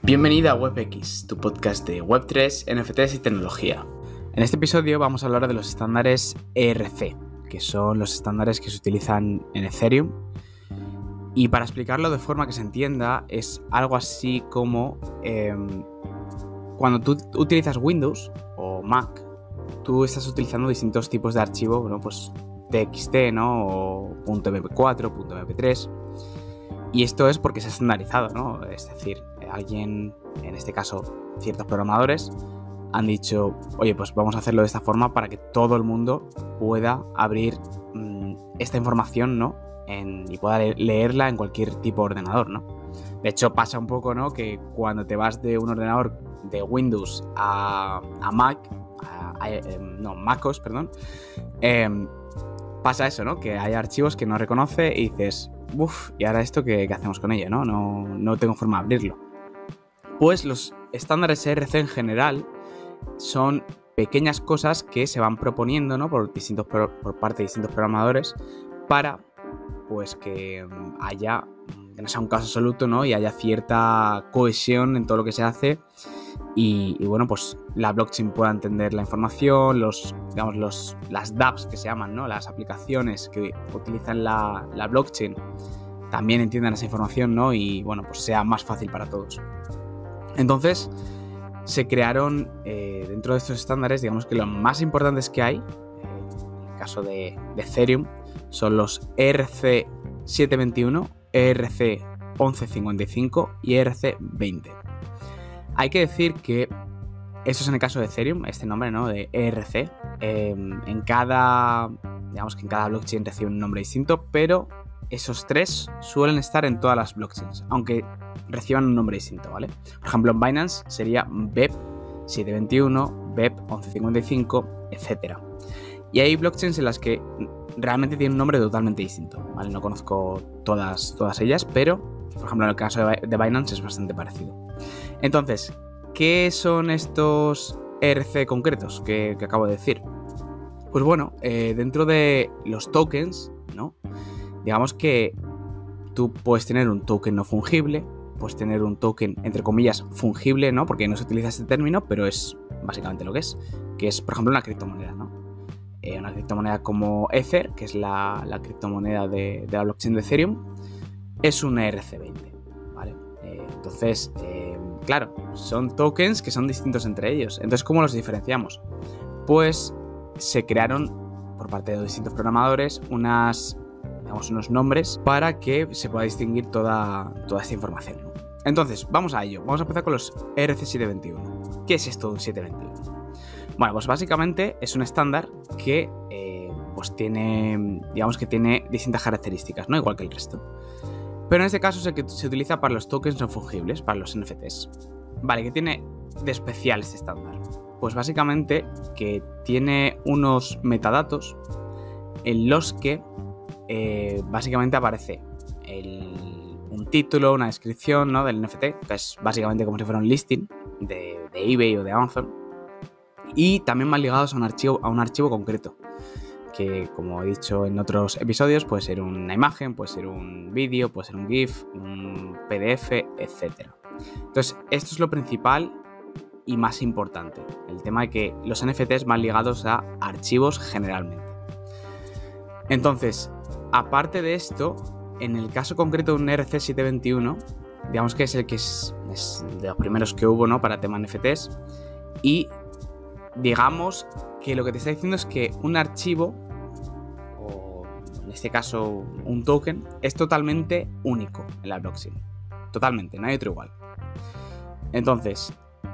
Bienvenida a WebX, tu podcast de Web3, NFTs y tecnología. En este episodio vamos a hablar de los estándares ERC, que son los estándares que se utilizan en Ethereum. Y para explicarlo de forma que se entienda, es algo así como cuando tú utilizas Windows o Mac, tú estás utilizando distintos tipos de archivo, ¿no? Pues TXT, ¿no? O .mp4, .mp3. Y esto es porque se ha estandarizado, ¿no? Es decir, alguien, en este caso ciertos programadores, han dicho, oye, pues vamos a hacerlo de esta forma para que todo el mundo pueda abrir esta información, ¿no? Y pueda leerla en cualquier tipo de ordenador, ¿no? De hecho, pasa un poco, ¿no? Que cuando te vas de un ordenador de Windows a Mac, MacOS, perdón, pasa eso, ¿no? Que hay archivos que no reconoce y dices, ¿y ahora esto qué hacemos con ello, no? No tengo forma de abrirlo. Pues los estándares ERC en general son pequeñas cosas que se van proponiendo, ¿no? por parte de distintos programadores para, pues, que no sea un caso absoluto, ¿no? Y haya cierta cohesión en todo lo que se hace y bueno, pues la blockchain pueda entender la información, las dApps que se llaman, ¿no? Las aplicaciones que utilizan la blockchain también entiendan esa información, ¿no? Y bueno, pues sea más fácil para todos. Entonces, se crearon dentro de estos estándares, digamos que los más importantes que hay, en el caso de Ethereum, son los ERC 721, ERC 1155 y ERC 20. Hay que decir que esto es en el caso de Ethereum, este nombre, ¿no? De ERC. Digamos que en cada blockchain recibe un nombre distinto, pero esos tres suelen estar en todas las blockchains, aunque reciban un nombre distinto, ¿vale? Por ejemplo, en Binance sería BEP 721, BEP 1155, etc. Y hay blockchains en las que realmente tienen un nombre totalmente distinto, ¿vale? No conozco todas ellas, pero, por ejemplo, en el caso de Binance es bastante parecido. Entonces, ¿qué son estos ERC concretos que acabo de decir? Pues bueno, dentro de los tokens, ¿no? Digamos que tú puedes tener un token no fungible, puedes tener un token, entre comillas, fungible, ¿no? Porque no se utiliza este término, pero es básicamente lo que es, por ejemplo, una criptomoneda, ¿no? Una criptomoneda como Ether, que es la criptomoneda de la blockchain de Ethereum, es un ERC20, ¿vale? Entonces, claro, son tokens que son distintos entre ellos. Entonces, ¿cómo los diferenciamos? Pues se crearon por parte de distintos programadores unos nombres para que se pueda distinguir toda esta información, ¿no? Entonces, vamos a ello. Vamos a empezar con los ERC721. ¿Qué es esto de un 721? Bueno, pues básicamente es un estándar que pues tiene distintas características, ¿no? Igual que el resto. Pero en este caso es el que se utiliza para los tokens no fungibles, para los NFTs. Vale, ¿qué tiene de especial este estándar? Pues básicamente que tiene unos metadatos en los que básicamente aparece un título, una descripción, ¿no? del NFT, que es básicamente como si fuera un listing de eBay o de Amazon, y también más ligados a un archivo concreto, que, como he dicho en otros episodios, puede ser una imagen, puede ser un vídeo, puede ser un GIF, un PDF, etc. Entonces, esto es lo principal y más importante, el tema de que los NFTs van ligados a archivos generalmente. Entonces, aparte de esto, en el caso concreto de un ERC721, digamos que es el que es de los primeros que hubo, ¿no? Para tema NFTs, y digamos que lo que te está diciendo es que un archivo, o en este caso un token, es totalmente único en la blockchain. Totalmente, no hay otro igual. Entonces,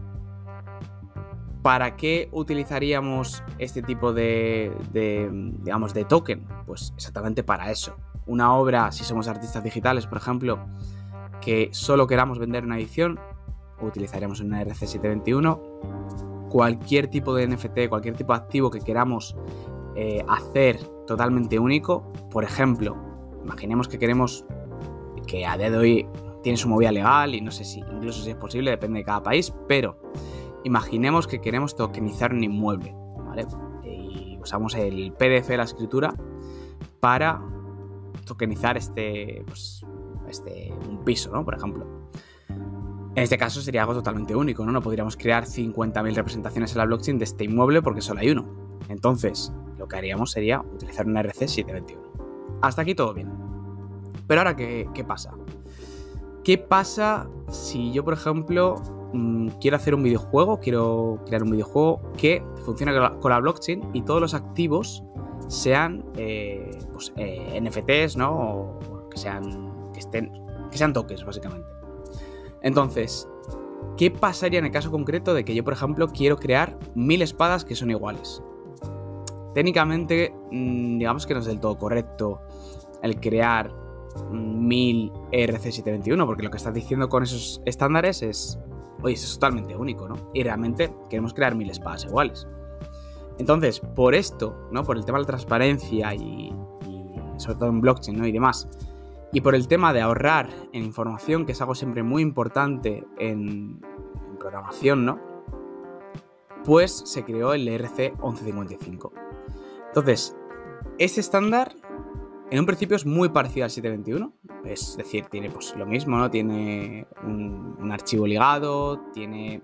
¿para qué utilizaríamos este tipo de token? Pues exactamente para eso. Una obra, si somos artistas digitales, por ejemplo, que solo queramos vender una edición, utilizaremos una ERC721. Cualquier tipo de NFT, cualquier tipo de activo que queramos hacer totalmente único, por ejemplo, imaginemos que queremos, que a día de hoy tiene su movida legal y no sé si incluso si es posible, depende de cada país, pero imaginemos que queremos tokenizar un inmueble, ¿vale? Y usamos el PDF de la escritura para tokenizar un piso, ¿no? Por ejemplo. En este caso sería algo totalmente único, ¿no? No podríamos crear 50.000 representaciones en la blockchain de este inmueble porque solo hay uno. Entonces, lo que haríamos sería utilizar una ERC721. Hasta aquí todo bien. Pero ahora, ¿qué pasa? ¿Qué pasa si yo, por ejemplo, quiero hacer un videojuego, quiero crear un videojuego que funcione con la blockchain y todos los activos sean NFTs, ¿no? O que sean tokens, básicamente. Entonces, ¿qué pasaría en el caso concreto de que yo, por ejemplo, quiero crear 1000 espadas que son iguales? Técnicamente, digamos que no es del todo correcto el crear 1000 ERC721, porque lo que estás diciendo con esos estándares es, oye, eso es totalmente único, ¿no? Y realmente queremos crear 1000 espadas iguales. Entonces, por esto, ¿no? Por el tema de la transparencia y sobre todo en blockchain, ¿no? Y demás, y por el tema de ahorrar en información, que es algo siempre muy importante en programación, ¿no? Pues se creó el ERC1155. Entonces, este estándar en un principio es muy parecido al 721, es decir, tiene pues lo mismo, ¿no? Tiene un archivo ligado, tiene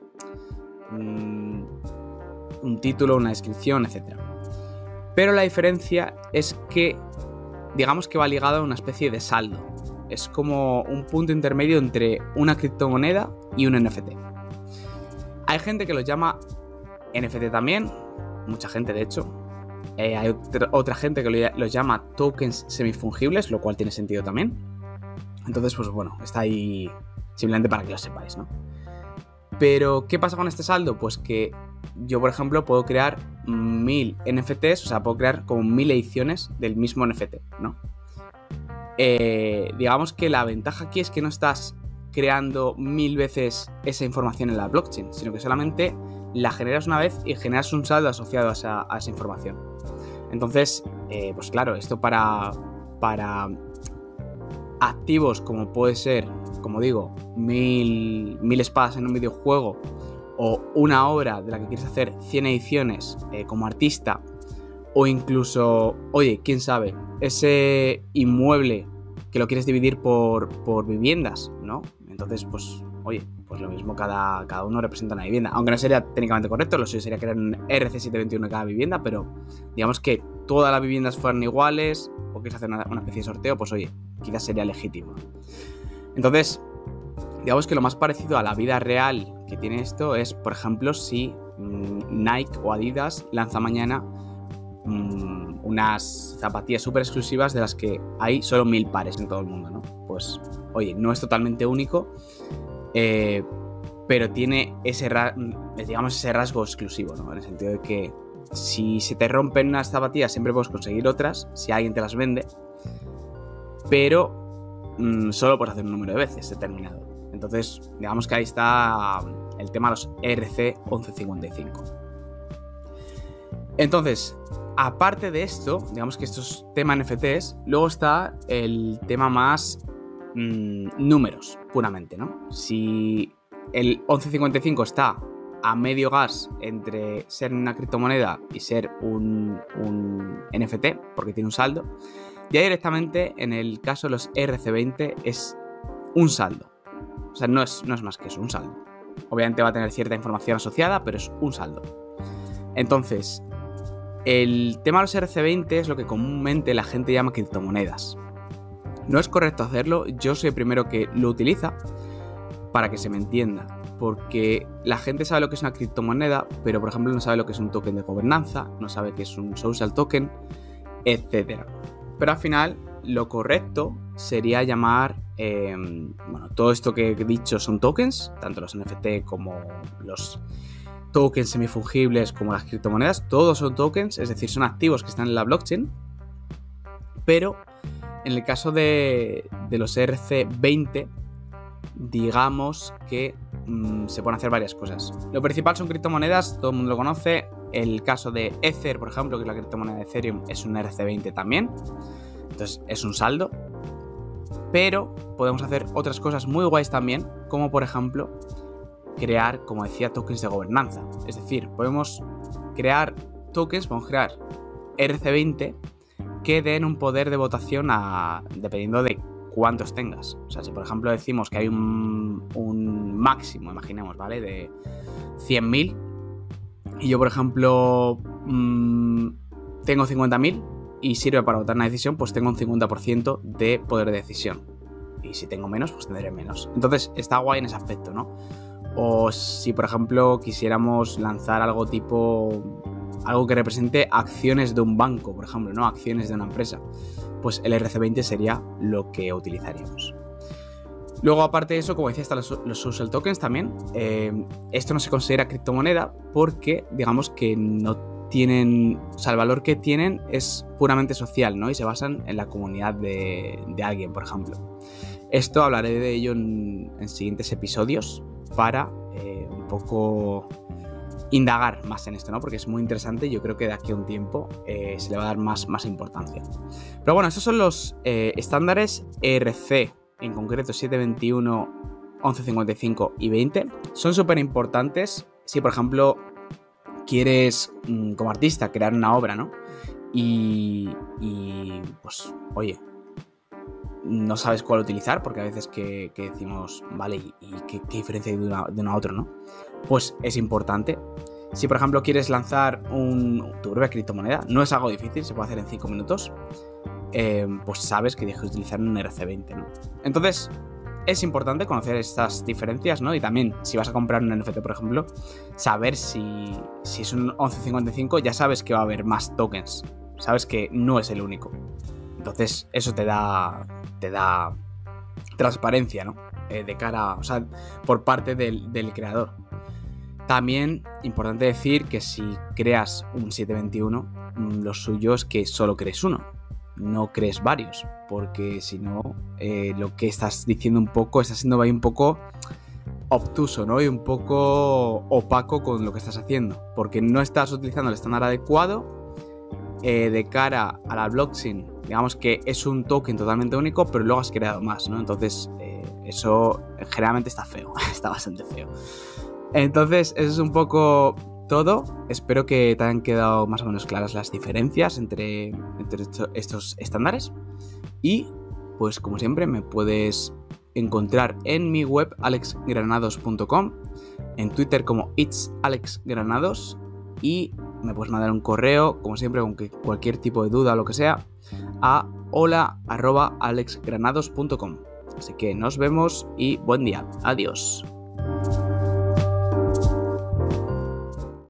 un título, una descripción, etc. Pero la diferencia es que, digamos que va ligado a una especie de saldo. Es como un punto intermedio entre una criptomoneda y un NFT. Hay gente que los llama NFT también, mucha gente de hecho. Hay otra gente que los llama tokens semifungibles, lo cual tiene sentido también. Entonces, pues bueno, está ahí simplemente para que lo sepáis, ¿no? Pero, ¿qué pasa con este saldo? Pues que yo, por ejemplo, puedo crear 1000 NFTs, o sea, puedo crear como 1000 ediciones del mismo NFT, ¿no? Digamos que la ventaja aquí es que no estás creando 1000 veces esa información en la blockchain, sino que solamente la generas una vez y generas un saldo asociado a esa información. Entonces, pues claro, esto para activos como puede ser, como digo, 1000 espadas en un videojuego o una obra de la que quieres hacer 100 ediciones como artista, o incluso, oye, quién sabe, ese inmueble que lo quieres dividir por viviendas, ¿no? Entonces, pues, oye, pues lo mismo, cada uno representa una vivienda. Aunque no sería técnicamente correcto, lo suyo sería crear un ERC721 en cada vivienda, pero digamos que todas las viviendas fueran iguales, o quieres hacer una especie de sorteo, pues oye, quizás sería legítimo. Entonces, digamos que lo más parecido a la vida real que tiene esto es, por ejemplo, si Nike o Adidas lanza mañana unas zapatillas súper exclusivas de las que hay solo 1000 pares en todo el mundo, ¿no? Pues, oye, no es totalmente único, pero tiene ese rasgo exclusivo, ¿no? En el sentido de que si se te rompen unas zapatillas siempre puedes conseguir otras, si alguien te las vende, pero solo puedes hacer un número de veces determinado. Entonces, digamos que ahí está el tema de los ERC1155. Entonces, aparte de esto, digamos que esto es tema NFTs, luego está el tema más números, puramente, ¿no? Si el 1155 está a medio gas entre ser una criptomoneda y ser un NFT, porque tiene un saldo, ya directamente en el caso de los ERC20 es un saldo. O sea, no es más que eso, un saldo. Obviamente va a tener cierta información asociada, pero es un saldo. Entonces, el tema de los ERC20 es lo que comúnmente la gente llama criptomonedas. No es correcto hacerlo, yo soy el primero que lo utiliza para que se me entienda, porque la gente sabe lo que es una criptomoneda, pero por ejemplo no sabe lo que es un token de gobernanza, no sabe qué es un social token, etc. Pero al final lo correcto sería llamar, todo esto que he dicho son tokens, tanto los NFT como los tokens semifungibles como las criptomonedas, todos son tokens, es decir, son activos que están en la blockchain, pero en el caso de los ERC20, digamos que se pueden hacer varias cosas. Lo principal son criptomonedas, todo el mundo lo conoce. El caso de Ether, por ejemplo, que es la criptomoneda de Ethereum, es un ERC20 también. Entonces es un saldo. Pero podemos hacer otras cosas muy guays también, como por ejemplo crear, como decía, tokens de gobernanza. Es decir, podemos crear tokens, podemos crear ERC20 que den un poder de votación dependiendo de cuántos tengas. O sea, si por ejemplo decimos que hay un máximo, imaginemos, ¿vale? De 100.000 y yo, por ejemplo, tengo 50.000 y sirve para votar una decisión, pues tengo un 50% de poder de decisión. Y si tengo menos, pues tendré menos. Entonces está guay en ese aspecto, ¿no? O si, por ejemplo, quisiéramos lanzar algo que represente acciones de un banco, por ejemplo, ¿no? Acciones de una empresa. Pues el RC20 sería lo que utilizaríamos. Luego, aparte de eso, como decía, están los social tokens también. Esto no se considera criptomoneda porque, digamos que no tienen... O sea, el valor que tienen es puramente social, ¿no? Y se basan en la comunidad de alguien, por ejemplo. Esto hablaré de ello en siguientes episodios para un poco indagar más en esto, ¿no? Porque es muy interesante y yo creo que de aquí a un tiempo se le va a dar más importancia. Pero bueno, estos son los estándares ERC, en concreto 721, 1155 y 20. Son súper importantes si, por ejemplo, quieres como artista crear una obra, ¿no? Y pues, oye, no sabes cuál utilizar, porque a veces que decimos, vale, ¿y qué diferencia hay de una a otra, no? Pues es importante. Si, por ejemplo, quieres lanzar tu propia criptomoneda, no es algo difícil, se puede hacer en 5 minutos, pues sabes que tienes que utilizar un RC20, ¿no? Entonces, es importante conocer estas diferencias, ¿no? Y también, si vas a comprar un NFT, por ejemplo, saber si es un 1155, ya sabes que va a haber más tokens. Sabes que no es el único. Entonces, eso te da transparencia, ¿no? De cara, o sea, por parte del creador. También, importante decir que si creas un 721, lo suyo es que solo crees uno, no crees varios, porque si no, lo que estás diciendo está siendo ahí un poco obtuso, ¿no? Y un poco opaco con lo que estás haciendo, porque no estás utilizando el estándar adecuado de cara a la blockchain. Digamos que es un token totalmente único, pero luego has creado más, ¿no? Entonces, eso generalmente está feo, está bastante feo. Entonces, eso es un poco todo. Espero que te hayan quedado más o menos claras las diferencias entre estos estándares. Y, pues como siempre, me puedes encontrar en mi web alexgranados.com, en Twitter como itsalexgranados, y me puedes mandar un correo, como siempre, con cualquier tipo de duda o lo que sea, a hola@alexgranados.com. Así que nos vemos y buen día. Adiós.